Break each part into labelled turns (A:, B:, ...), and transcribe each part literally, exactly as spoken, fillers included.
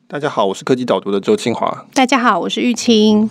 A: 大家好，我是科技导读的周清华。
B: 大家好，我是玉清。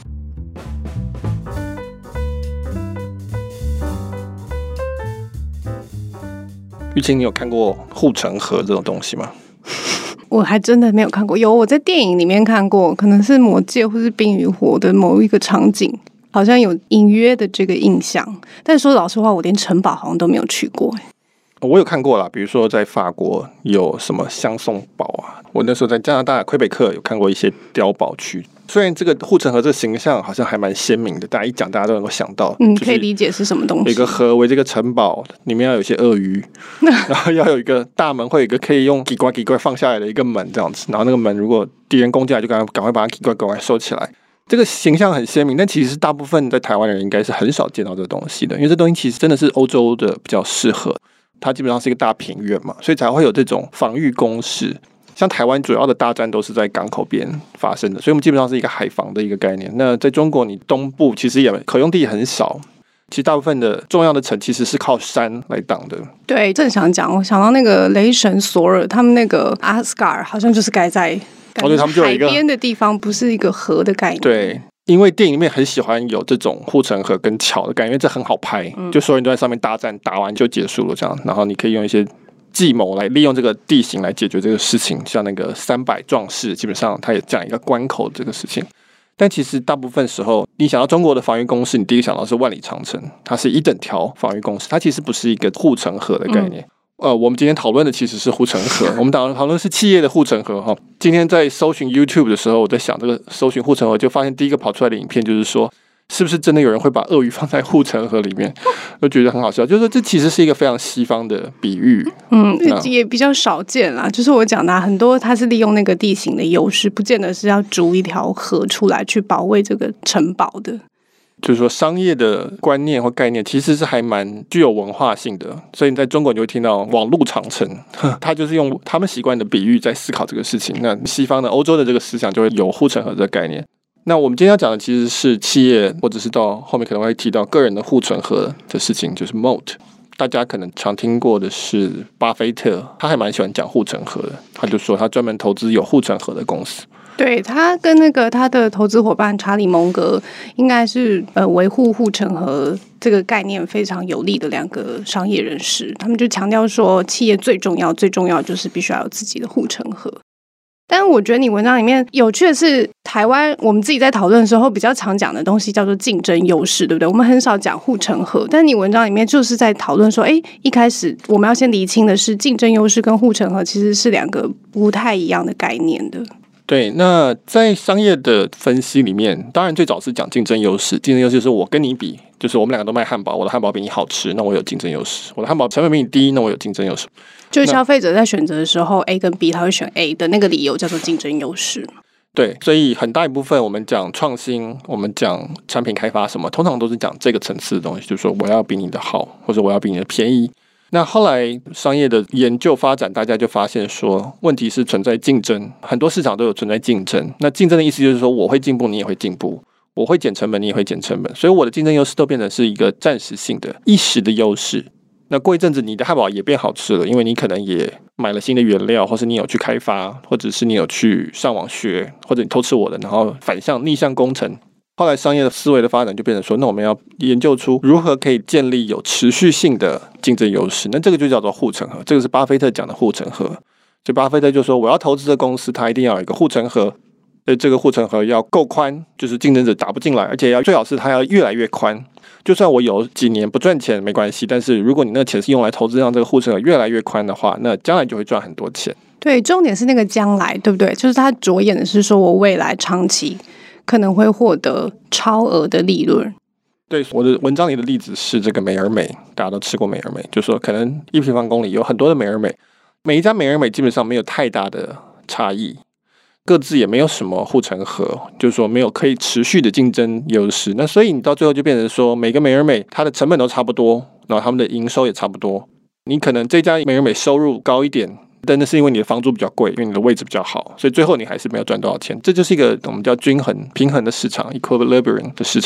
A: 玉清，你有看过护城河这种东西吗？
B: 我还真的没有看过，有我在电影里面看过，可能是《魔戒》或是《冰与火》的某一个场景，好像有隐约的这个印象。但说老实话，我连城堡好像都没有去过。
A: 我有看过啦，比如说在法国有什么香颂堡啊，我那时候在加拿大魁北克有看过一些碉堡区。虽然这个护城河这个形象好像还蛮鲜明的，大家一讲大家都能够想到，
B: 嗯，可以理解是什么东西。
A: 有一个河围这个城堡，里面要有一些鳄鱼，然后要有一个大门，会有一个可以用叽呱叽呱放下来的一个门这样子，然后那个门如果敌人攻进来，就赶快赶快把它叽呱赶快收起来。这个形象很鲜明，但其实大部分在台湾的人应该是很少见到这个东西的，因为这东西其实真的是欧洲的比较适合。它基本上是一个大平原嘛，所以才会有这种防御工事。像台湾主要的大战都是在港口边发生的，所以我们基本上是一个海防的一个概念。那在中国，你东部其实也可用地很少，其实大部分的重要的城其实是靠山来挡的。
B: 对，正想讲，我想到那个雷神索尔，他们那个阿斯加尔好像就是盖在海边的地方，不是一个河的概念。
A: 对。因为电影里面很喜欢有这种护城河跟桥的感觉，因为这很好拍，就所有人都在上面大战，打完就结束了这样。然后你可以用一些计谋来利用这个地形来解决这个事情，像那个三百壮士，基本上他也讲一个关口这个事情。但其实大部分时候，你想到中国的防御工事，你第一个想到是万里长城，它是一整条防御工事，它其实不是一个护城河的概念。嗯呃，我们今天讨论的其实是护城河，我们讨论讨论是企业的护城河哈。今天在搜寻 YouTube 的时候，我在想这个搜寻护城河，就发现第一个跑出来的影片就是说，是不是真的有人会把鳄鱼放在护城河里面？我觉得很好笑，就是说这其实是一个非常西方的比喻，
B: 嗯，也比较少见啦。就是我讲的、啊、很多，它是利用那个地形的优势，不见得是要筑一条河出来去保卫这个城堡的。
A: 就是说商业的观念或概念其实是还蛮具有文化性的，所以你在中国你就会听到网路长城，他就是用他们习惯的比喻在思考这个事情。那西方的欧洲的这个思想就会有护城河这个概念。那我们今天要讲的其实是企业，或者是到后面可能会提到个人的护城河的事情，就是 moat。大家可能常听过的是巴菲特，他还蛮喜欢讲护城河的，他就说他专门投资有护城河的公司。
B: 对，他跟那个他的投资伙伴查理蒙格应该是呃维护护城河这个概念非常有力的两个商业人士，他们就强调说企业最重要最重要就是必须要有自己的护城河。但我觉得你文章里面有趣的是，台湾我们自己在讨论的时候比较常讲的东西叫做竞争优势，对不对？我们很少讲护城河，但你文章里面就是在讨论说，哎，一开始我们要先厘清的是竞争优势跟护城河其实是两个不太一样的概念的。
A: 对，那在商业的分析里面，当然最早是讲竞争优势。竞争优势就是我跟你比，就是我们两个都卖汉堡，我的汉堡比你好吃，那我有竞争优势；我的汉堡成本比你低，那我有竞争优势。
B: 就是消费者在选择的时候 ，A 跟 B 他会选 A 的那个理由叫做竞争优势。
A: 对，所以很大一部分我们讲创新，我们讲产品开发什么，通常都是讲这个层次的东西，就是说我要比你的好，或者我要比你的便宜。那后来商业的研究发展，大家就发现说，问题是存在竞争，很多市场都有存在竞争。那竞争的意思就是说，我会进步，你也会进步；我会减成本，你也会减成本。所以我的竞争优势都变成是一个暂时性的、一时的优势。那过一阵子，你的汉堡也变好吃了，因为你可能也买了新的原料，或是你有去开发，或者是你有去上网学，或者你偷吃我的，然后反向逆向工程。后来商业的思维的发展就变成说，那我们要研究出如何可以建立有持续性的竞争优势，那这个就叫做护城河，这个是巴菲特讲的护城河。所以巴菲特就说，我要投资的公司它一定要有一个护城河，这个护城河要够宽，就是竞争者打不进来，而且要最好是它要越来越宽。就算我有几年不赚钱没关系，但是如果你那个钱是用来投资让这个护城河越来越宽的话，那将来就会赚很多钱。
B: 对，重点是那个将来，对不对？就是他着眼的是说我未来长期可能会获得超额的利润。
A: 对，我的文章里的例子是这个美而美，大家都吃过美而美，就是说可能一平方公里有很多的美而美，每一家美而美基本上没有太大的差异，各自也没有什么护城河，就是说没有可以持续的竞争优势。那所以你到最后就变成说，每个美而美它的成本都差不多，然后他们的营收也差不多。你可能这家美而美收入高一点，但那是因为你的房租比较贵，因为你的位置比较好，所以最后你还是没有赚多少钱。这就是一个我们叫均衡平衡的市场 equilibrium 的市场。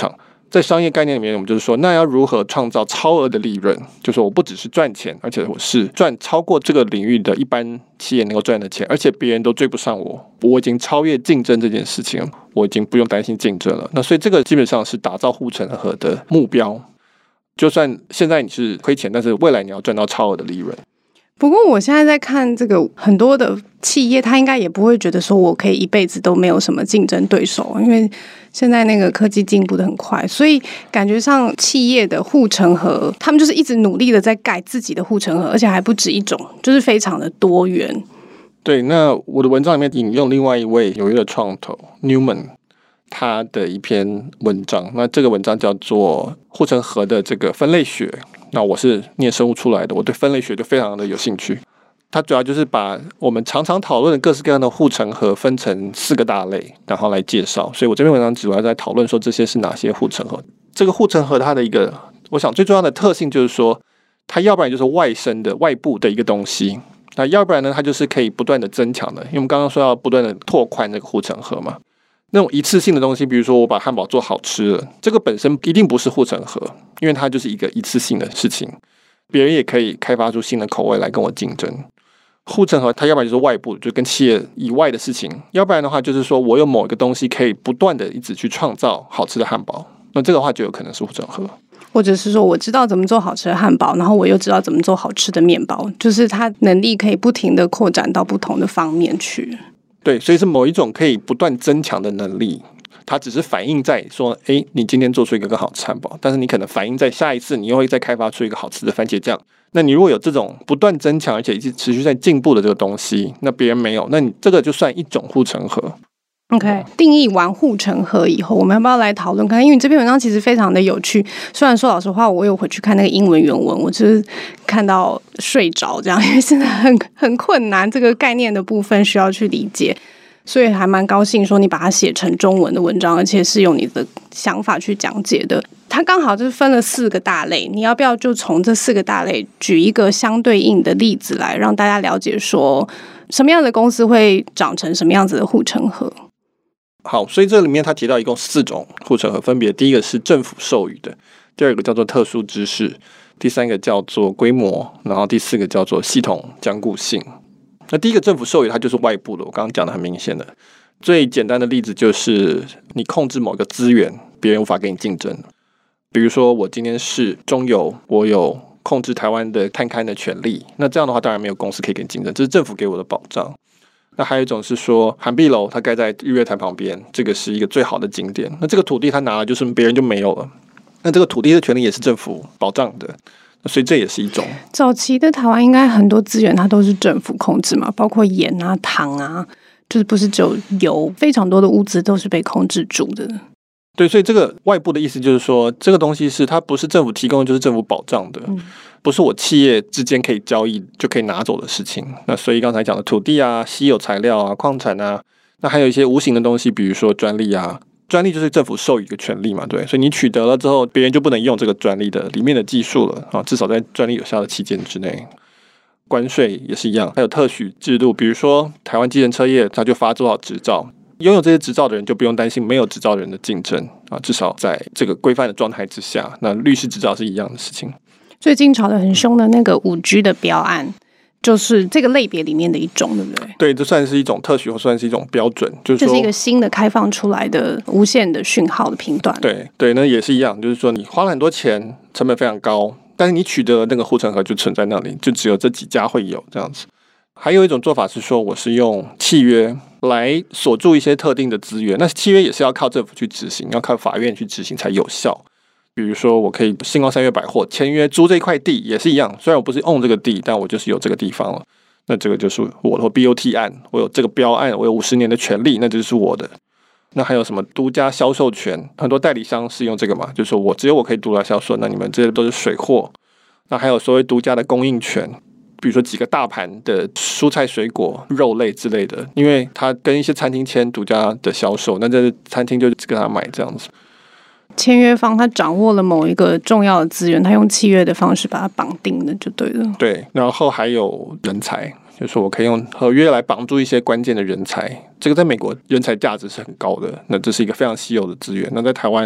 A: 在商业概念里面，我们就是说，那要如何创造超额的利润？就是我不只是赚钱，而且我是赚超过这个领域的一般企业能够赚的钱，而且别人都追不上我，我已经超越竞争这件事情，我已经不用担心竞争了。那所以这个基本上是打造护城河的目标。就算现在你是亏钱，但是未来你要赚到超额的利润。
B: 不过我现在在看这个很多的企业，他应该也不会觉得说我可以一辈子都没有什么竞争对手，因为现在那个科技进步的很快，所以感觉上企业的护城河，他们就是一直努力的在盖自己的护城河，而且还不止一种，就是非常的多元。
A: 对，那我的文章里面引用另外一位纽约的创投 Newman 他的一篇文章，那这个文章叫做护城河的这个分类学。那我是念生物出来的，我对分类学就非常的有兴趣。它主要就是把我们常常讨论的各式各样的护城河分成四个大类，然后来介绍。所以我这篇文章主要在讨论说这些是哪些护城河。这个护城河它的一个，我想最重要的特性就是说，它要不然就是外生的外部的一个东西，那要不然呢，它就是可以不断的增强的。因为我们刚刚说要不断的拓宽这个护城河嘛。那种一次性的东西，比如说我把汉堡做好吃了，这个本身一定不是护城河，因为它就是一个一次性的事情，别人也可以开发出新的口味来跟我竞争。护城河它要不然就是外部，就跟企业以外的事情，要不然的话就是说我有某一个东西可以不断的一直去创造好吃的汉堡，那这个话就有可能是护城河。
B: 或者是说我知道怎么做好吃的汉堡，然后我又知道怎么做好吃的面包，就是它能力可以不停的扩展到不同的方面去。
A: 对，所以是某一种可以不断增强的能力，它只是反映在说，哎，你今天做出一个更好吃汉堡，但是你可能反映在下一次你又会再开发出一个好吃的番茄酱。那你如果有这种不断增强而且一直持续在进步的这个东西，那别人没有，那你这个就算一种护城河。
B: OK， 定义完护城河以后，我们要不要来讨论看？因为你这篇文章其实非常的有趣，虽然说老实话，我有回去看那个英文原文，我就是看到睡着这样，因为真的很很困难，这个概念的部分需要去理解，所以还蛮高兴说你把它写成中文的文章，而且是用你的想法去讲解的。它刚好就是分了四个大类，你要不要就从这四个大类举一个相对应的例子来让大家了解说什么样的公司会长成什么样子的护城河？
A: 好，所以这里面他提到一共四种护城河，分别第一个是政府授予的，第二个叫做特殊知识，第三个叫做规模，然后第四个叫做系统坚固性。那第一个政府授予它就是外部的，我刚刚讲的很明显的，最简单的例子就是你控制某个资源，别人无法跟你竞争。比如说我今天是中油，我有控制台湾的探勘的权利，那这样的话当然没有公司可以跟你竞争，这是政府给我的保障。那还有一种是说涵碧楼它盖在日月潭旁边，这个是一个最好的景点，那这个土地它拿了就是别人就没有了，那这个土地的权利也是政府保障的，所以这也是一种。
B: 早期的台湾应该很多资源它都是政府控制嘛，包括盐啊糖啊，就是不是只有油，非常多的物资都是被控制住的。
A: 对，所以这个外部的意思就是说，这个东西是它不是政府提供的，就是政府保障的，嗯，不是我企业之间可以交易就可以拿走的事情。那所以刚才讲的土地啊、稀有材料啊、矿产啊，那还有一些无形的东西，比如说专利啊，专利就是政府授予的权利嘛，对，所以你取得了之后，别人就不能用这个专利的里面的技术了啊，至少在专利有效的期间之内。关税也是一样，还有特许制度，比如说台湾计程车业，它就发多少执照。拥有这些执照的人就不用担心没有执照的人的竞争啊，至少在这个规范的状态之下，那律师执照是一样的事情。
B: 最近吵得很凶的那个五 G 的标案，就是这个类别里面的一种，对不对？
A: 对，这算是一种特许，或算是一种标准，就是说
B: 这是一个新的开放出来的无线的讯号的频段。
A: 对对，那也是一样，就是说你花了很多钱，成本非常高，但是你取得的那个护城河就存在那里，就只有这几家会有这样子。还有一种做法是说，我是用契约来锁住一些特定的资源，那契约也是要靠政府去执行，要靠法院去执行才有效。比如说，我可以星光三月百货签约租这一块地，也是一样，虽然我不是 own 这个地，但我就是有这个地方了，那这个就是我的 B O T 案，我有这个标案，我有五十年的权利，那就是我的。那还有什么独家销售权？很多代理商是用这个嘛，就是说我只有我可以独家销售，那你们这些都是水货。那还有所谓独家的供应权。比如说几个大盘的蔬菜水果肉类之类的，因为他跟一些餐厅签独家的销售，那这餐厅就跟他买这样子。
B: 签约方他掌握了某一个重要的资源，他用契约的方式把它绑定的就对了。
A: 对，然后还有人才，就是我可以用合约来绑住一些关键的人才，这个在美国人才价值是很高的，那这是一个非常稀有的资源，那在台湾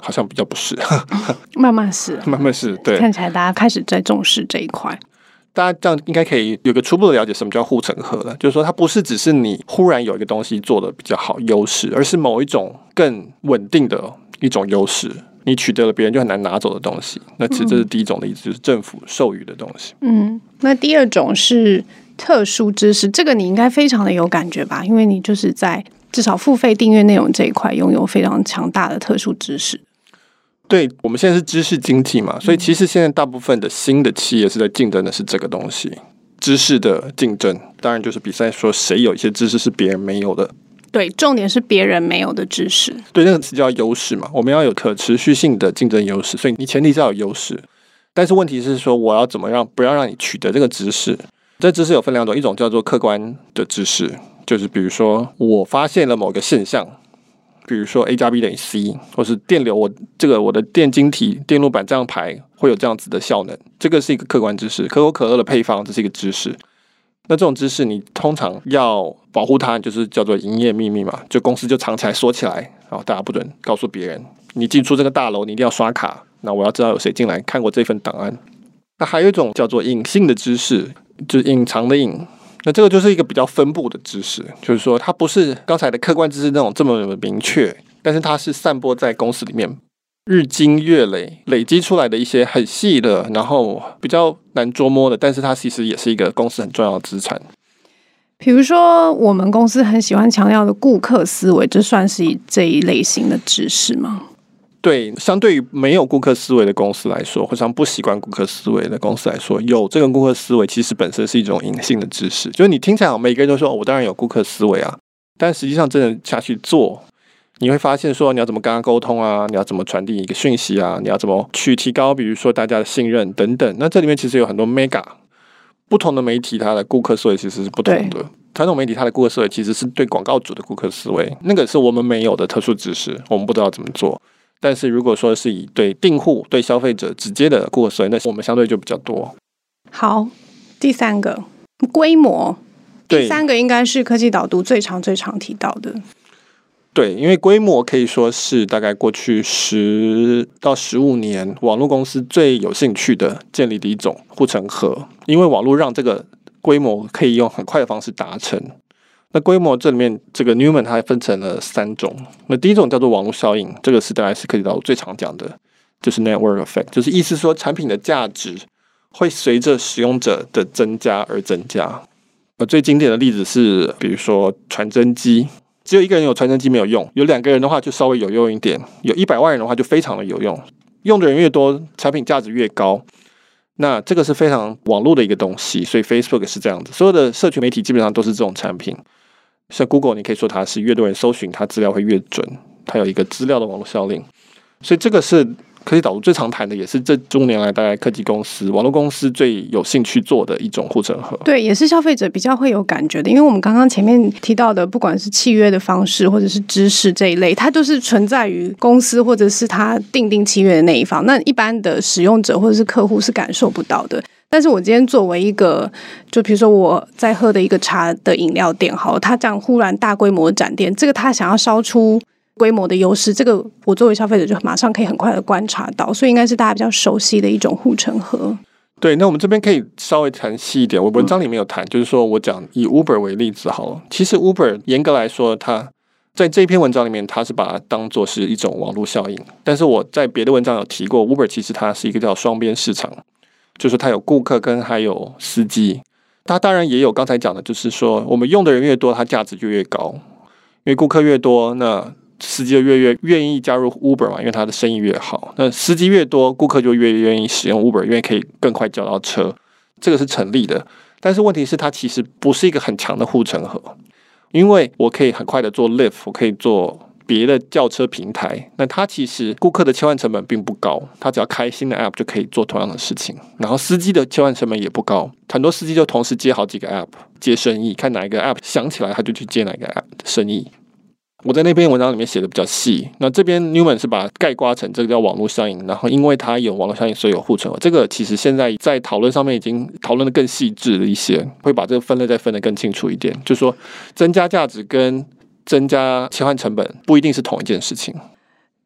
A: 好像比较不是。
B: 慢慢是，
A: 慢慢是，对，
B: 看起来大家开始在重视这一块。
A: 大家这样应该可以有个初步的了解什么叫护城河了，就是说它不是只是你忽然有一个东西做的比较好优势，而是某一种更稳定的一种优势，你取得了别人就很难拿走的东西。那其实这是第一种例子，就是政府授予的东西。
B: 嗯，那第二种是特殊知识，这个你应该非常的有感觉吧？因为你就是在至少付费订阅内容这一块拥有非常强大的特殊知识。
A: 对，我们现在是知识经济嘛，所以其实现在大部分的新的企业是在竞争的是这个东西，知识的竞争，当然就是比赛说谁有一些知识是别人没有的。
B: 对，重点是别人没有的知识。
A: 对，那个词叫优势嘛，我们要有可持续性的竞争优势，所以你前提是要有优势。但是问题是说，我要怎么让不要让你取得这个知识？这知识有分两种，一种叫做客观的知识，就是比如说我发现了某个现象。比如说 A 加 B 等于 C， 或是电流，我这个我的电晶体电路板这样排会有这样子的效能，这个是一个客观知识。可口可乐的配方，这是一个知识。那这种知识你通常要保护它，就是叫做营业秘密嘛，就公司就藏起来锁起来，然后大家不准告诉别人。你进出这个大楼，你一定要刷卡，那我要知道有谁进来看过这份档案。那还有一种叫做隐性的知识，就是隐藏的隐。那这个就是一个比较分布的知识，就是说它不是刚才的客观知识那种这么明确，但是它是散播在公司里面，日积月累累积出来的一些很细的，然后比较难捉摸的，但是它其实也是一个公司很重要的资产。
B: 比如说我们公司很喜欢强调的顾客思维，这算是这一类型的知识吗？
A: 对，相对于没有顾客思维的公司来说，或者不习惯顾客思维的公司来说，有这个顾客思维其实本身是一种隐性的知识。就是你听起来每个人都说、哦、我当然有顾客思维啊，但实际上真的下去做，你会发现说你要怎么跟他沟通啊，你要怎么传递一个讯息啊，你要怎么去提高比如说大家的信任等等。那这里面其实有很多 mega 不同的媒体，它的顾客思维其实是不同的。传统媒体它的顾客思维其实是对广告主的顾客思维，那个是我们没有的特殊知识，我们不知道怎么做。但是如果说是以对订户、对消费者直接的顾客思维，那我们相对就比较多。
B: 好，第三个规模，第三个应该是科技导读最常最常提到的。
A: 对，因为规模可以说是大概过去十到十五年网络公司最有兴趣的建立的一种护城河，因为网络让这个规模可以用很快的方式达成。那规模这里面，这个 Newman 它分成了三种。那第一种叫做网络效应，这个是大概是科技导读最常讲的，就是 network effect， 就是意思说产品的价值会随着使用者的增加而增加。呃，最经典的例子是，比如说传真机，只有一个人有传真机没有用，有两个人的话就稍微有用一点，有一百万人的话就非常的有用。用的人越多，产品价值越高。那这个是非常网络的一个东西，所以 Facebook 是这样子，所有的社群媒体基本上都是这种产品。像 Google 你可以说它是越多人搜寻它资料会越准，它有一个资料的网络效应，所以这个是科技导读最常谈的，也是这中年来大概科技公司网络公司最有兴趣做的一种护城河。
B: 对，也是消费者比较会有感觉的，因为我们刚刚前面提到的不管是契约的方式或者是知识这一类，它都是存在于公司或者是他订定契约的那一方，那一般的使用者或者是客户是感受不到的。但是我今天作为一个，就比如说我在喝的一个茶的饮料店，好，他这样忽然大规模展店，这个他想要烧出规模的优势，这个我作为消费者就马上可以很快的观察到，所以应该是大家比较熟悉的一种护城河。
A: 对，那我们这边可以稍微谈细一点，我文章里面有谈，就是说我讲以 Uber 为例子好了，其实 Uber 严格来说，它在这篇文章里面，它是把它当作是一种网络效应，但是我在别的文章有提过 Uber 其实它是一个叫双边市场，就是它有顾客跟还有司机，它当然也有刚才讲的，就是说我们用的人越多，它价值就越高，因为顾客越多，那司机就越越愿意加入 Uber 嘛，因为他的生意越好。那司机越多，顾客就越愿意使用 Uber， 因为可以更快叫到车，这个是成立的。但是问题是，它其实不是一个很强的护城河，因为我可以很快的做 Lyft， 我可以做别的轿车平台，那它其实顾客的切换成本并不高，他只要开新的 App 就可以做同样的事情。然后司机的切换成本也不高，很多司机就同时接好几个 App 接生意，看哪一个 App 想起来他就去接哪个 App 的生意。我在那篇文章里面写的比较细，那这边 Newman 是把它概括成这个叫网络效应，然后因为它有网络效应，所以有护城河。这个其实现在在讨论上面已经讨论的更细致了一些，会把这个分类再分得更清楚一点，就是说增加价值跟增加切换成本不一定是同一件事情。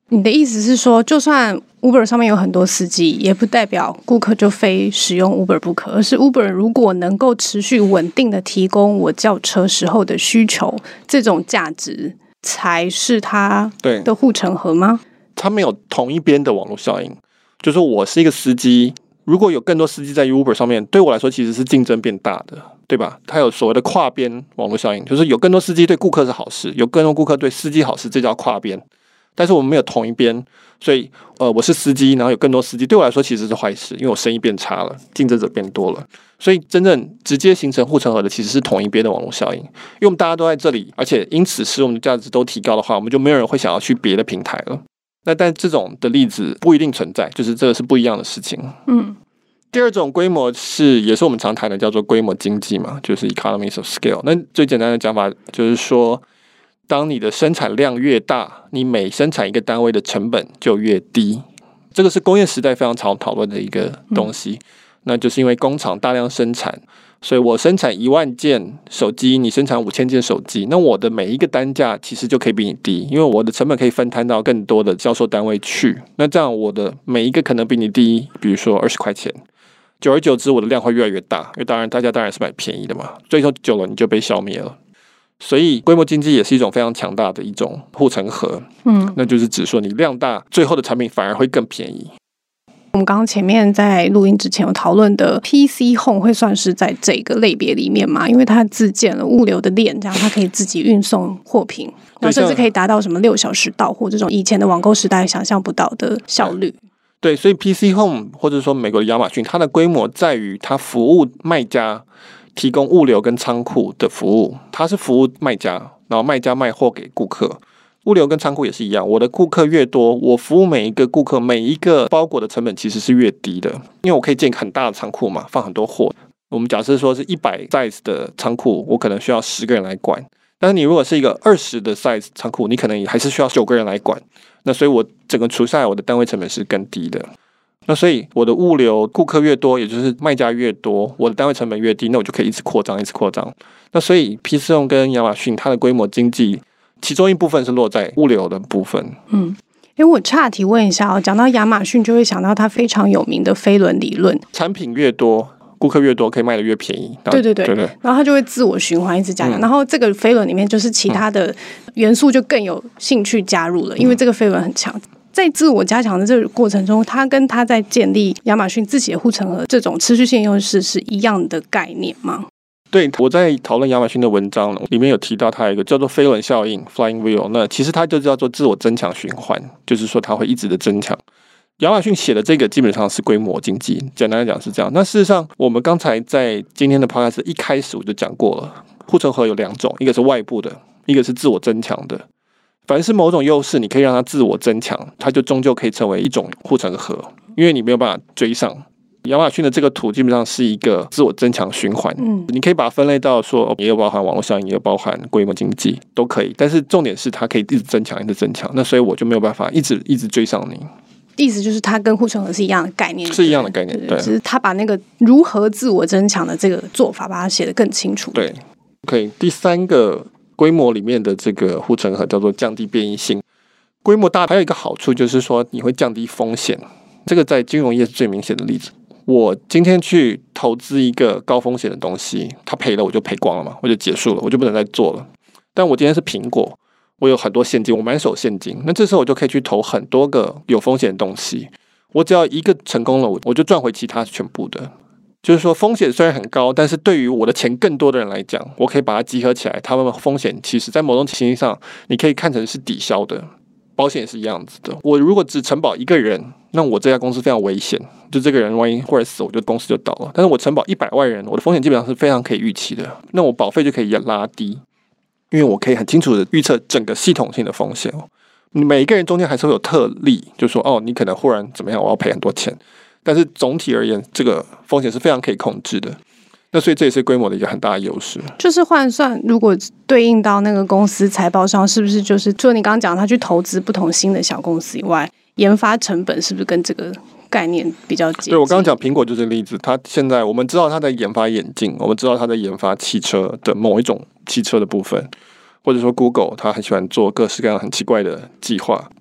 B: 你的意思是说，就算 Uber 上面有很多司机，也不代表顾客就非使用 Uber 不可，而是 Uber 如果能够持续稳定的提供我叫车时候的需求，这种价值才是它的护城河吗？
A: 它没有同一边的网络效应，就是我是一个司机，如果有更多司机在 Uber 上面，对我来说其实是竞争变大的，对吧？它有所谓的跨边网络效应，就是有更多司机对顾客是好事，有更多顾客对司机好事，这叫跨边。但是我们没有同一边，所以呃，我是司机，然后有更多司机，对我来说其实是坏事，因为我生意变差了，竞争者变多了。所以真正直接形成护城河的其实是同一边的网络效应，因为我们大家都在这里，而且因此使我们的价值都提高的话，我们就没有人会想要去别的平台了。那但这种的例子不一定存在，就是这个是不一样的事情。嗯。第二种规模是，也是我们常谈的，叫做规模经济嘛，就是 economies of scale。那最简单的讲法就是说，当你的生产量越大，你每生产一个单位的成本就越低。这个是工业时代非常常讨论的一个东西。嗯、那就是因为工厂大量生产，所以我生产一万件手机，你生产五千件手机，那我的每一个单价其实就可以比你低，因为我的成本可以分摊到更多的销售单位去。那这样我的每一个可能比你低，比如说二十块钱。久而久之，我的量会越来越大，因为当然大家当然是买便宜的嘛，最后久了你就被消灭了。所以规模经济也是一种非常强大的一种护城河，嗯，那就是指说你量大，最后的产品反而会更便宜。
B: 我们刚刚前面在录音之前有讨论的 P C Home 会算是在这个类别里面嘛？因为它自建了物流的链，这样它可以自己运送货品，然后甚至可以达到什么六小时到货这种以前的网购时代想象不到的效率。
A: 对，所以 P C Home 或者说美国的亚马逊，它的规模在于它服务卖家提供物流跟仓库的服务，它是服务卖家，然后卖家卖货给顾客。物流跟仓库也是一样，我的顾客越多，我服务每一个顾客，每一个包裹的成本其实是越低的，因为我可以建很大的仓库嘛，放很多货。我们假设说是一百 size 的仓库，我可能需要十个人来管，但是你如果是一个二十的 size 仓库，你可能还是需要九个人来管。那所以我整个除下来，我的单位成本是更低的。那所以我的物流顾客越多，也就是卖家越多，我的单位成本越低，那我就可以一直扩张，一直扩张。那所以 P C Home 跟亚马逊它的规模经济，其中一部分是落在物流的部分。
B: 嗯，因为我岔题问一下哦，讲到亚马逊，就会想到它非常有名的飞轮理论，
A: 产品越多，顾客越多，可以卖得越便宜。
B: 对对 对, 对, 对，然后它就会自我循环，一直加强、嗯。然后这个飞轮里面，就是其他的元素就更有兴趣加入了，因为这个飞轮很强。在自我加强的这个过程中，它跟它在建立亚马逊自己的护城河这种持续性优势是一样的概念吗？
A: 对，我在讨论亚马逊的文章里面有提到它有一个叫做飞轮效应 （Flying Wheel）， 那其实它就叫做自我增强循环，就是说它会一直的增强。亚马逊写的这个基本上是规模经济，简单来讲是这样。那事实上，我们刚才在今天的 podcast 一开始我就讲过了，护城河有两种，一个是外部的，一个是自我增强的。凡是某种优势，你可以让它自我增强，它就终究可以成为一种护城河，因为你没有办法追上。亚马逊的这个图基本上是一个自我增强循环，嗯，你可以把它分类到说，也有包含网络效应，也有包含规模经济，都可以。但是重点是它可以一直增强，一直增强。那所以我就没有办法一直一直追上你。
B: 意思就是它跟护城河是一样的概念，
A: 是一样的概念，对。
B: 只是他把那个如何自我增强的这个做法，把它写得更清楚。
A: 对 ，OK。第三个规模里面的这个护城河叫做降低变异性。规模大还有一个好处就是说你会降低风险，这个在金融业是最明显的例子。我今天去投资一个高风险的东西，它赔了我就赔光了嘛，我就结束了，我就不能再做了。但我今天是苹果，我有很多现金，我满手现金，那这时候我就可以去投很多个有风险的东西，我只要一个成功了，我就赚回其他全部的。就是说风险虽然很高，但是对于我的钱更多的人来讲，我可以把它集合起来，他们的风险其实在某种情形上你可以看成是抵消的。保险也是一样子的，我如果只承保一个人，那我这家公司非常危险，就这个人万一或者死，我就公司就倒了。但是我承保一百万人，我的风险基本上是非常可以预期的，那我保费就可以拉低，因为我可以很清楚的预测整个系统性的风险。每一个人中间还是会有特例，就说哦，你可能忽然怎么样，我要赔很多钱，但是总体而言，这个风险是非常可以控制的。那所以这也是规模的一个很大的优势。
B: 就是换算，如果对应到那个公司财报上，是不是就是除了你刚刚讲他去投资不同新的小公司以外，研发成本是不是跟这个概念比较接近？
A: 对，我刚刚讲苹果就是例子，它现在我们知道它在研发眼镜，我们知道它在研发汽车的某一种汽车的部分，或者说 Google 它很喜欢做各式各样很奇怪的计划，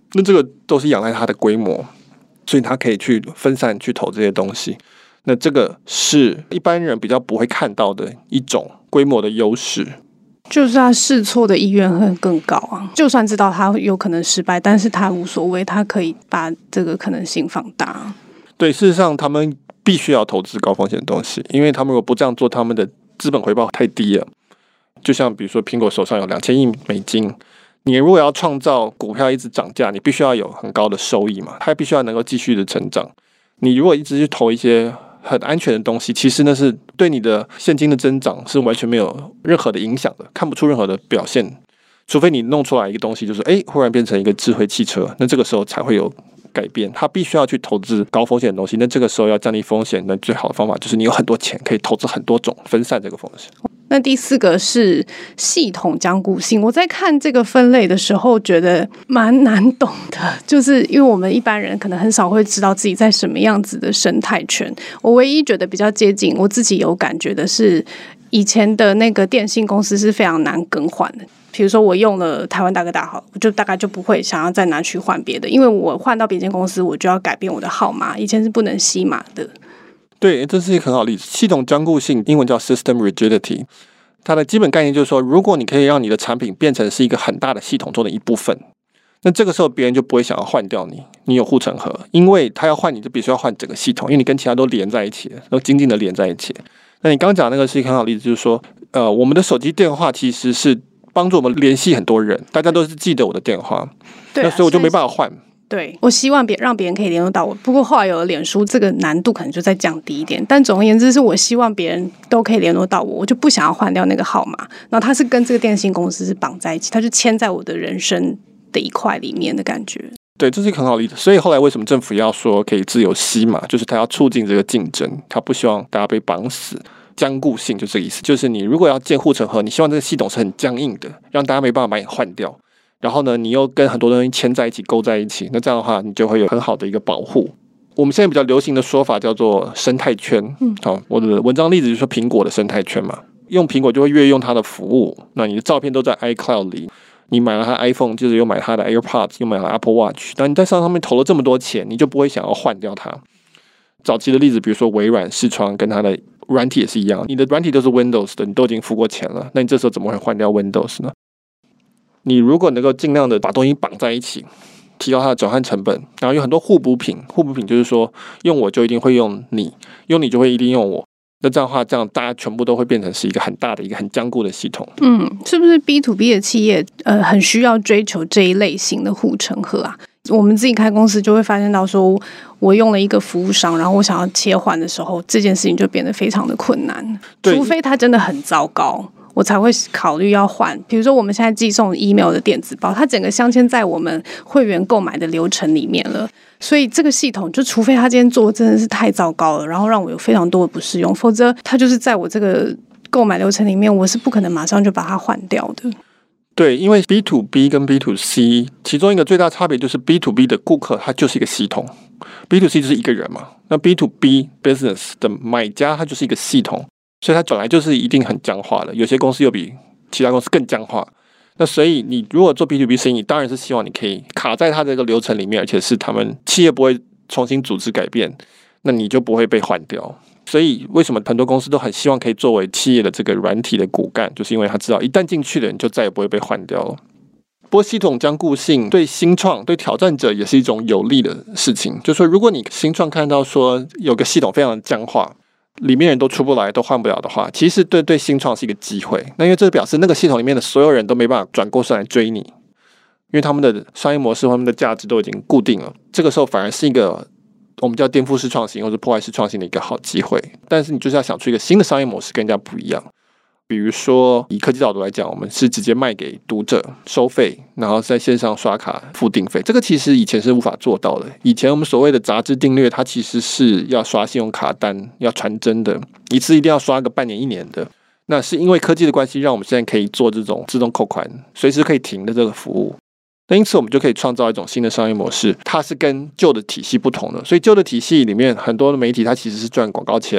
A: 那这个都是仰赖它的规模，所以它可以去分散去投这些东西。那这个是一般人比较不会看到的一种规模的优势，
B: 就是他试错的意愿会更高啊。就算知道他有可能失败，但是他无所谓，他可以把这个可能性放大。
A: 对，事实上他们必须要投资高风险的东西，因为他们如果不这样做，他们的资本回报太低了。就像比如说苹果手上有两千亿美金，你如果要创造股票一直涨价，你必须要有很高的收益嘛，它必须要能够继续的成长。你如果一直去投一些很安全的东西，其实那是对你的现金的增长是完全没有任何的影响的，看不出任何的表现，除非你弄出来一个东西，就是哎，忽然变成一个智慧汽车，那这个时候才会有改变。他必须要去投资高风险的东西，那这个时候要降低风险，那最好的方法就是你有很多钱可以投资很多种，分散这个风险。
B: 那第四个是系统僵固性，我在看这个分类的时候觉得蛮难懂的，就是因为我们一般人可能很少会知道自己在什么样子的生态圈。我唯一觉得比较接近我自己有感觉的是，以前的那个电信公司是非常难更换的。比如说我用了台湾大哥大好，我就大概就不会想要再拿去换别的，因为我换到别间公司我就要改变我的号码，以前是不能吸码的。
A: 对，这是一个很好的例子。系统僵固性英文叫 system rigidity， 它的基本概念就是说，如果你可以让你的产品变成是一个很大的系统中的一部分，那这个时候别人就不会想要换掉你，你有护城河，因为他要换你就必须要换整个系统，因为你跟其他都连在一起，都紧紧的连在一起。那你刚刚讲那个是一个很好的例子，就是说，呃，我们的手机电话其实是帮助我们联系很多人，大家都是记得我的电话，
B: 对啊，
A: 那所以我就没办法换。
B: 对，我希望别让别人可以联络到我，不过后来有了脸书，这个难度可能就再降低一点。但总而言之，是我希望别人都可以联络到我，我就不想要换掉那个号码。然后它是跟这个电信公司是绑在一起，它就牵在我的人生的一块里面的感觉。
A: 对，这是一个很好的例子。所以后来为什么政府要说可以自由吸码，就是他要促进这个竞争，他不希望大家被绑死。僵固性就这个意思，就是你如果要建护城河，你希望这个系统是很僵硬的，让大家没办法把你换掉。然后呢，你又跟很多东西牵在一起、勾在一起，那这样的话，你就会有很好的一个保护。我们现在比较流行的说法叫做生态圈。嗯，好，我的文章例子就是说苹果的生态圈嘛，用苹果就会越用它的服务。那你的照片都在 iCloud 里，你买了它 iPhone， 就是又买它的 AirPods， 又买了 Apple Watch， 那你在上面投了这么多钱，你就不会想要换掉它。早期的例子，比如说微软视窗跟它的软体也是一样，你的软体都是 Windows 的，你都已经付过钱了，那你这时候怎么会换掉 Windows 呢？你如果能够尽量的把东西绑在一起，提高它的转换成本，然后有很多互补品，互补品就是说用我就一定会用你，用你就会一定用我，那这样的话，这样大家全部都会变成是一个很大的一个很坚固的系统。
B: 嗯，是不是 B to B 的企业呃很需要追求这一类型的护城河啊？我们自己开公司就会发现到说，我用了一个服务商，然后我想要切换的时候，这件事情就变得非常的困难，除非它真的很糟糕，我才会考虑要换。比如说我们现在寄送 email 的电子报，它整个镶嵌在我们会员购买的流程里面了，所以这个系统就除非它今天做的真的是太糟糕了，然后让我有非常多的不适用，否则它就是在我这个购买流程里面，我是不可能马上就把它换掉的。
A: 对，因为 B to B 跟 B to C 其中一个最大差别就是 B to B 的顾客他就是一个系统， B to C 就是一个人嘛，那 B to B business 的买家他就是一个系统，所以它本来就是一定很僵化的，有些公司又比其他公司更僵化。那所以你如果做 B to B 生意，当然是希望你可以卡在它这个流程里面，而且是他们企业不会重新组织改变，那你就不会被换掉。所以为什么很多公司都很希望可以作为企业的这个软体的骨干，就是因为他知道一旦进去了，你就再也不会被换掉了。不过系统僵固性对新创、对挑战者也是一种有利的事情，就是说如果你新创看到说有个系统非常僵化，里面人都出不来，都换不了的话，其实对对新创是一个机会。那因为这表示那个系统里面的所有人都没办法转过身来追你，因为他们的商业模式、他们的价值都已经固定了。这个时候反而是一个我们叫颠覆式创新或者破坏式创新的一个好机会。但是你就是要想出一个新的商业模式跟人家不一样。比如说以科技角度来讲，我们是直接卖给读者收费，然后在线上刷卡付定费，这个其实以前是无法做到的。以前我们所谓的杂志订阅，它其实是要刷信用卡单，要传真的，一次一定要刷个半年一年的。那是因为科技的关系，让我们现在可以做这种自动扣款随时可以停的这个服务。那因此我们就可以创造一种新的商业模式，它是跟旧的体系不同的。所以旧的体系里面很多的媒体它其实是赚广告钱，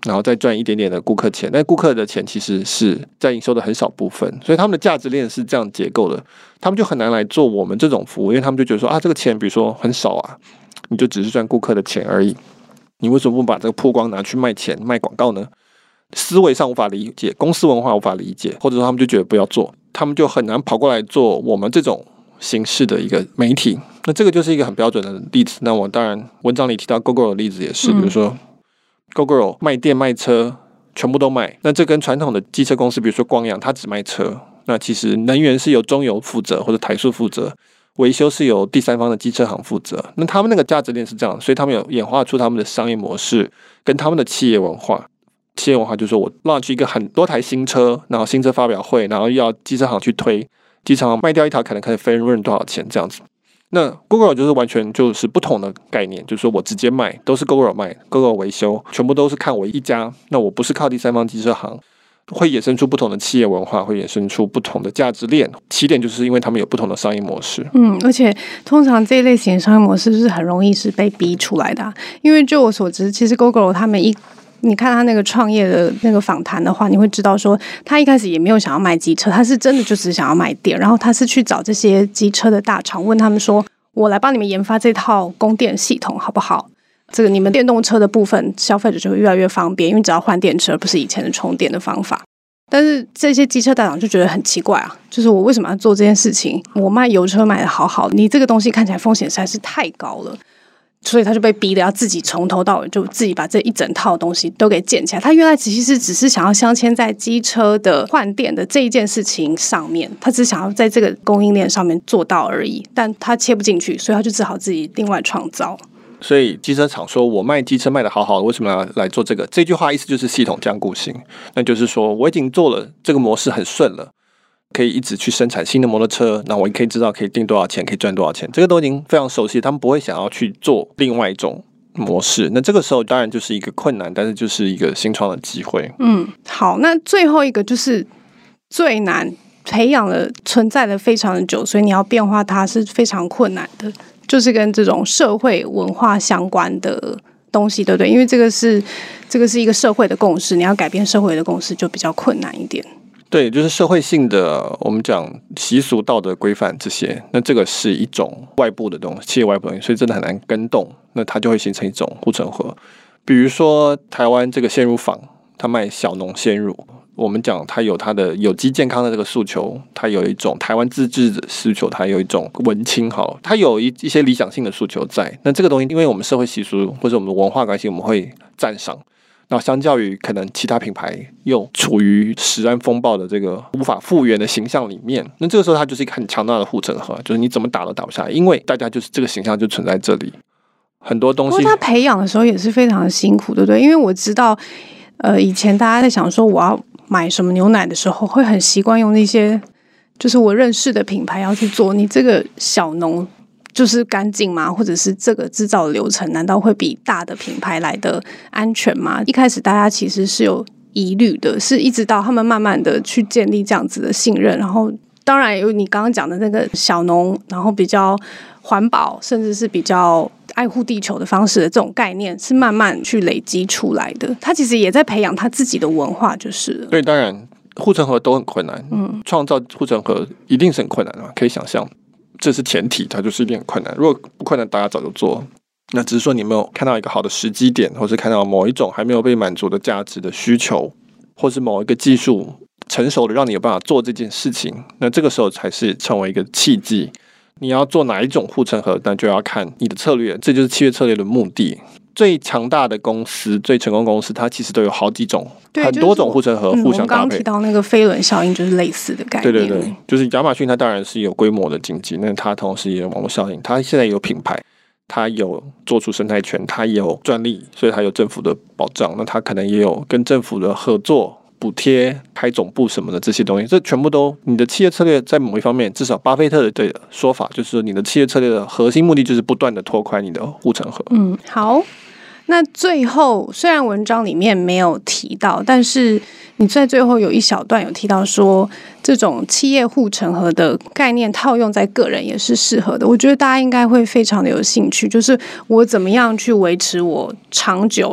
A: 然后再赚一点点的顾客钱，但顾客的钱其实是在营收的很少部分，所以他们的价值链是这样结构的，他们就很难来做我们这种服务，因为他们就觉得说啊，这个钱比如说很少啊，你就只是赚顾客的钱而已，你为什么不把这个曝光拿去卖钱卖广告呢？思维上无法理解，公司文化无法理解，或者说他们就觉得不要做，他们就很难跑过来做我们这种形式的一个媒体。那这个就是一个很标准的例子。那我当然文章里提到 Gogoro 的例子也是，比如说 Gogoro 卖电卖车全部都卖，那这跟传统的机车公司比如说光阳它只卖车，那其实能源是由中油负责或者台塑负责，维修是由第三方的机车行负责，那他们那个价值链是这样，所以他们有演化出他们的商业模式跟他们的企业文化。企业文化就是说我 launch 一个很多台新车，然后新车发表会，然后要机车行去推，机车行卖掉一台可能可以分润多少钱这样子。那 Gogoro 就是完全就是不同的概念，就是说我直接卖，都是 Gogoro 卖 Gogoro 维修，全部都是看我一家，那我不是靠第三方机车行，会衍生出不同的企业文化，会衍生出不同的价值链。起点就是因为他们有不同的商业模式。
B: 嗯，而且通常这一类型的商业模式是很容易是被逼出来的、啊，因为就我所知，其实 Gogoro 他们一你看他那个创业的那个访谈的话，你会知道说他一开始也没有想要卖机车，他是真的就只是想要卖电，然后他是去找这些机车的大厂，问他们说我来帮你们研发这套供电系统好不好，这个你们电动车的部分消费者就会越来越方便，因为只要换电池而不是以前的充电的方法。但是这些机车大厂就觉得很奇怪啊，就是我为什么要做这件事情，我卖油车卖的好好，你这个东西看起来风险实在是太高了，所以他就被逼的要自己从头到尾就自己把这一整套东西都给建起来。他原来其实只是想要镶嵌在机车的换电的这一件事情上面，他只想要在这个供应链上面做到而已，但他切不进去，所以他就只好自己另外创造。
A: 所以机车厂说我卖机车卖的好好的，为什么要来做这个？这句话意思就是系统僵固性，那就是说我已经做了这个模式很顺了，可以一直去生产新的摩托车，那我也可以知道可以定多少钱，可以赚多少钱，这个都已经非常熟悉，他们不会想要去做另外一种模式。那这个时候当然就是一个困难，但是就是一个新创的机会。
B: 嗯，好，那最后一个就是最难，培养了存在了非常的久，所以你要变化它是非常困难的，就是跟这种社会文化相关的东西，对不对？因为这个是这个是一个社会的共识，你要改变社会的共识就比较困难一点。
A: 对，就是社会性的，我们讲习俗、道德规范这些，那这个是一种外部的东西，企业外部的东西，所以真的很难跟动，那它就会形成一种护城河。比如说台湾这个鲜乳坊，它卖小农鲜乳，我们讲它有它的有机健康的这个诉求，它有一种台湾自治的诉求，它有一种文青好，它有一一些理想性的诉求在。那这个东西，因为我们社会习俗或者我们的文化关系，我们会赞赏。那相较于可能其他品牌又处于食安风暴的这个无法复原的形象里面，那这个时候它就是一个很强大的护城河，就是你怎么打都打不下来，因为大家就是这个形象就存在这里，很多东西。不
B: 过他培养的时候也是非常的辛苦，对不对？因为我知道，呃，以前大家在想说我要买什么牛奶的时候，会很习惯用那些就是我认识的品牌要去做，你这个小农就是干净吗？或者是这个制造流程难道会比大的品牌来的安全吗？一开始大家其实是有疑虑的，是一直到他们慢慢的去建立这样子的信任，然后当然有你刚刚讲的那个小农，然后比较环保，甚至是比较爱护地球的方式的这种概念，是慢慢去累积出来的。他其实也在培养他自己的文化，就是了。
A: 对，当然护城河都很困难，嗯，创造护城河一定是很困难的嘛，可以想象。这是前提，它就是一定很困难。如果不困难，大家早就做了。那只是说你没有看到一个好的时机点，或是看到某一种还没有被满足的价值的需求，或是某一个技术成熟的让你有办法做这件事情，那这个时候才是成为一个契机。你要做哪一种护城河，那就要看你的策略，这就是企业策略的目的。最强大的公司、最成功公司，它其实都有好几种、很多种护城河互相搭配。嗯、我们刚刚提
B: 到那个飞轮效应，就是类似的概念。
A: 对对对，就是亚马逊，它当然是有规模的经济，那它同时也有网络效应，它现在有品牌，它有做出生态圈，它也有专利，所以它有政府的保障。那它可能也有跟政府的合作、补贴、开总部什么的这些东西，这全部都你的企业策略在某一方面，至少巴菲特的说法就是说，你的企业策略的核心目的就是不断的拓宽你的护城河。
B: 嗯，好。那最后虽然文章里面没有提到，但是你在最后有一小段有提到说，这种企业护城河的概念套用在个人也是适合的。我觉得大家应该会非常的有兴趣，就是我怎么样去维持我长久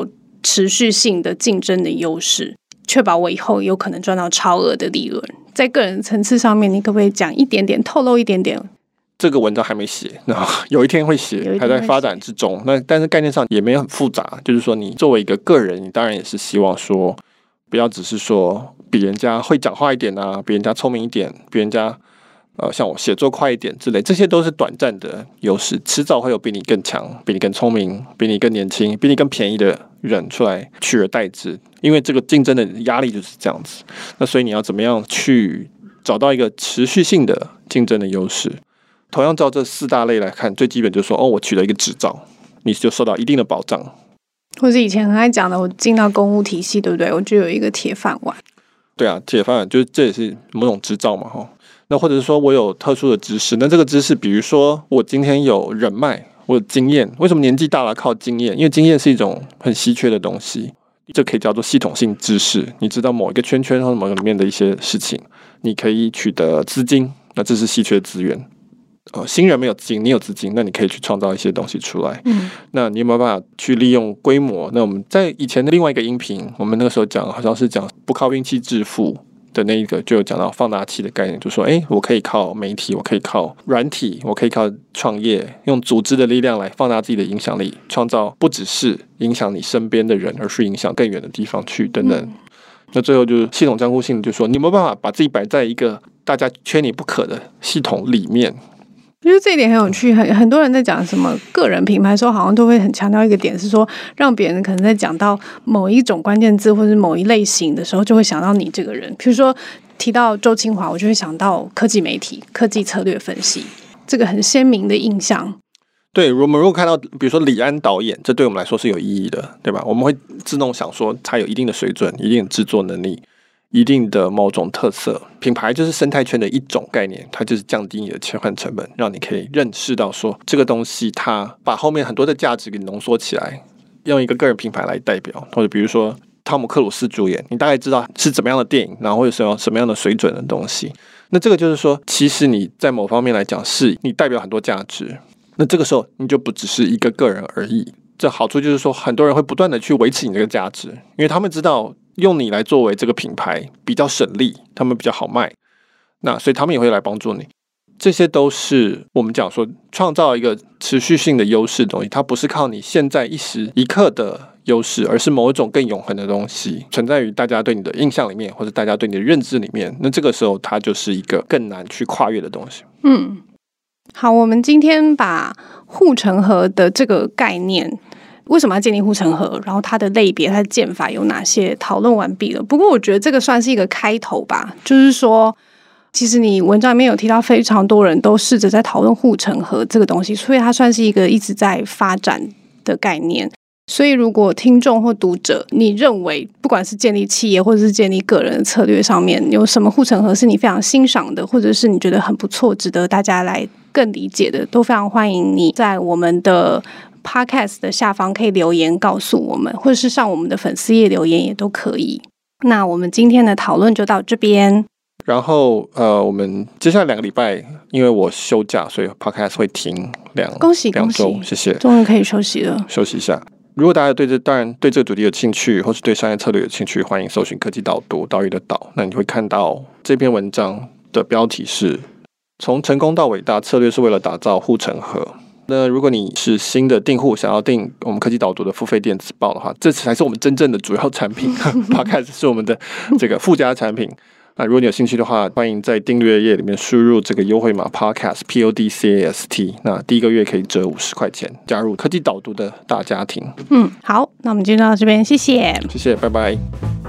B: 持续性的竞争的优势，确保我以后有可能赚到超额的利润。在个人层次上面，你可不可以讲一点点，透露一点点？
A: 这个文章还没写，有一天会写，还在发展之中。那但是概念上也没有很复杂，就是说你作为一个个人，你当然也是希望说，不要只是说比人家会讲话一点啊，比人家聪明一点，比人家呃像我写作快一点之类，这些都是短暂的优势，迟早会有比你更强、比你更聪明、比你更年轻、比你更便宜的人出来取而代之。因为这个竞争的压力就是这样子。那所以你要怎么样去找到一个持续性的竞争的优势？同样照这四大类来看，最基本就是说，哦，我取得一个执照，你就受到一定的保障。
B: 或是以前很爱讲的，我进到公务体系，对不对？我就有一个铁饭碗。
A: 对啊，铁饭碗就是这也是某种执照嘛，哈。那或者是说我有特殊的知识，那这个知识，比如说我今天有人脉，我有经验。为什么年纪大了靠经验？因为经验是一种很稀缺的东西，这可以叫做系统性知识。你知道某一个圈圈或者某个里面的一些事情，你可以取得资金，那这是稀缺资源。呃，新人没有资金，你有资金，那你可以去创造一些东西出来。嗯，那你有没有办法去利用规模？那我们在以前的另外一个音频，我们那个时候讲，好像是讲不靠运气致富的那一个，就有讲到放大器的概念，就说，哎，我可以靠媒体，我可以靠软体，我可以靠创业，用组织的力量来放大自己的影响力，创造不只是影响你身边的人，而是影响更远的地方去，等等。嗯，那最后就是系统僵固性，就说你有没有办法把自己摆在一个大家缺你不可的系统里面？
B: 我觉得这一点很有趣，很很多人在讲什么个人品牌的时候，好像都会很强调一个点，是说让别人可能在讲到某一种关键字或者某一类型的时候，就会想到你这个人。比如说提到周清华，我就会想到科技媒体、科技策略分析，这个很鲜明的印象。
A: 对，我们如果看到比如说李安导演，这对我们来说是有意义的，对吧？我们会自动想说他有一定的水准、一定的制作能力、一定的某种特色。品牌就是生态圈的一种概念，它就是降低你的切换成本，让你可以认识到说这个东西它把后面很多的价值给浓缩起来，用一个个人品牌来代表。或者比如说汤姆克鲁斯主演，你大概知道是怎么样的电影，然后会有什么什么样的水准的东西。那这个就是说，其实你在某方面来讲是你代表很多价值，那这个时候你就不只是一个个人而已。这好处就是说，很多人会不断的去维持你这个价值，因为他们知道用你来作为这个品牌比较省力，他们比较好卖，那所以他们也会来帮助你。这些都是我们讲说创造一个持续性的优势的东西，它不是靠你现在一时一刻的优势，而是某一种更永恒的东西存在于大家对你的印象里面，或者大家对你的认知里面。那这个时候它就是一个更难去跨越的东西。
B: 嗯，好，我们今天把护城河的这个概念，为什么要建立护城河，然后它的类别、它的建法有哪些讨论完毕了。不过我觉得这个算是一个开头吧，就是说其实你文章里面有提到非常多人都试着在讨论护城河这个东西，所以它算是一个一直在发展的概念。所以如果听众或读者你认为不管是建立企业或者是建立个人的策略上面有什么护城河是你非常欣赏的，或者是你觉得很不错值得大家来更理解的，都非常欢迎你在我们的 podcast 的下方可以留言告诉我们，或者是上我们的粉丝页留言也都可以。那我们今天的讨论就到这边，
A: 然后呃，我们接下来两个礼拜，因为我休假，所以 podcast 会停两
B: 恭喜
A: 两周，
B: 恭喜，
A: 谢谢，
B: 终于可以休息了，
A: 休息一下。如果大家对这当然对这个主题有兴趣，或是对商业策略有兴趣，欢迎搜寻科技导读，岛屿的岛。那你会看到这篇文章的标题是从成功到伟大，策略是为了打造护城河。那如果你是新的订户，想要订我们科技导读的付费电子报的话，这才是我们真正的主要产品Podcast 是我们的这个附加产品。那如果你有兴趣的话，欢迎在订阅页里面输入这个优惠码 Podcast P O D C A S T， 那第一个月可以折五十块钱，加入科技导读的大家庭。
B: 嗯，好，那我们就到这边，谢谢，
A: 谢谢，拜拜。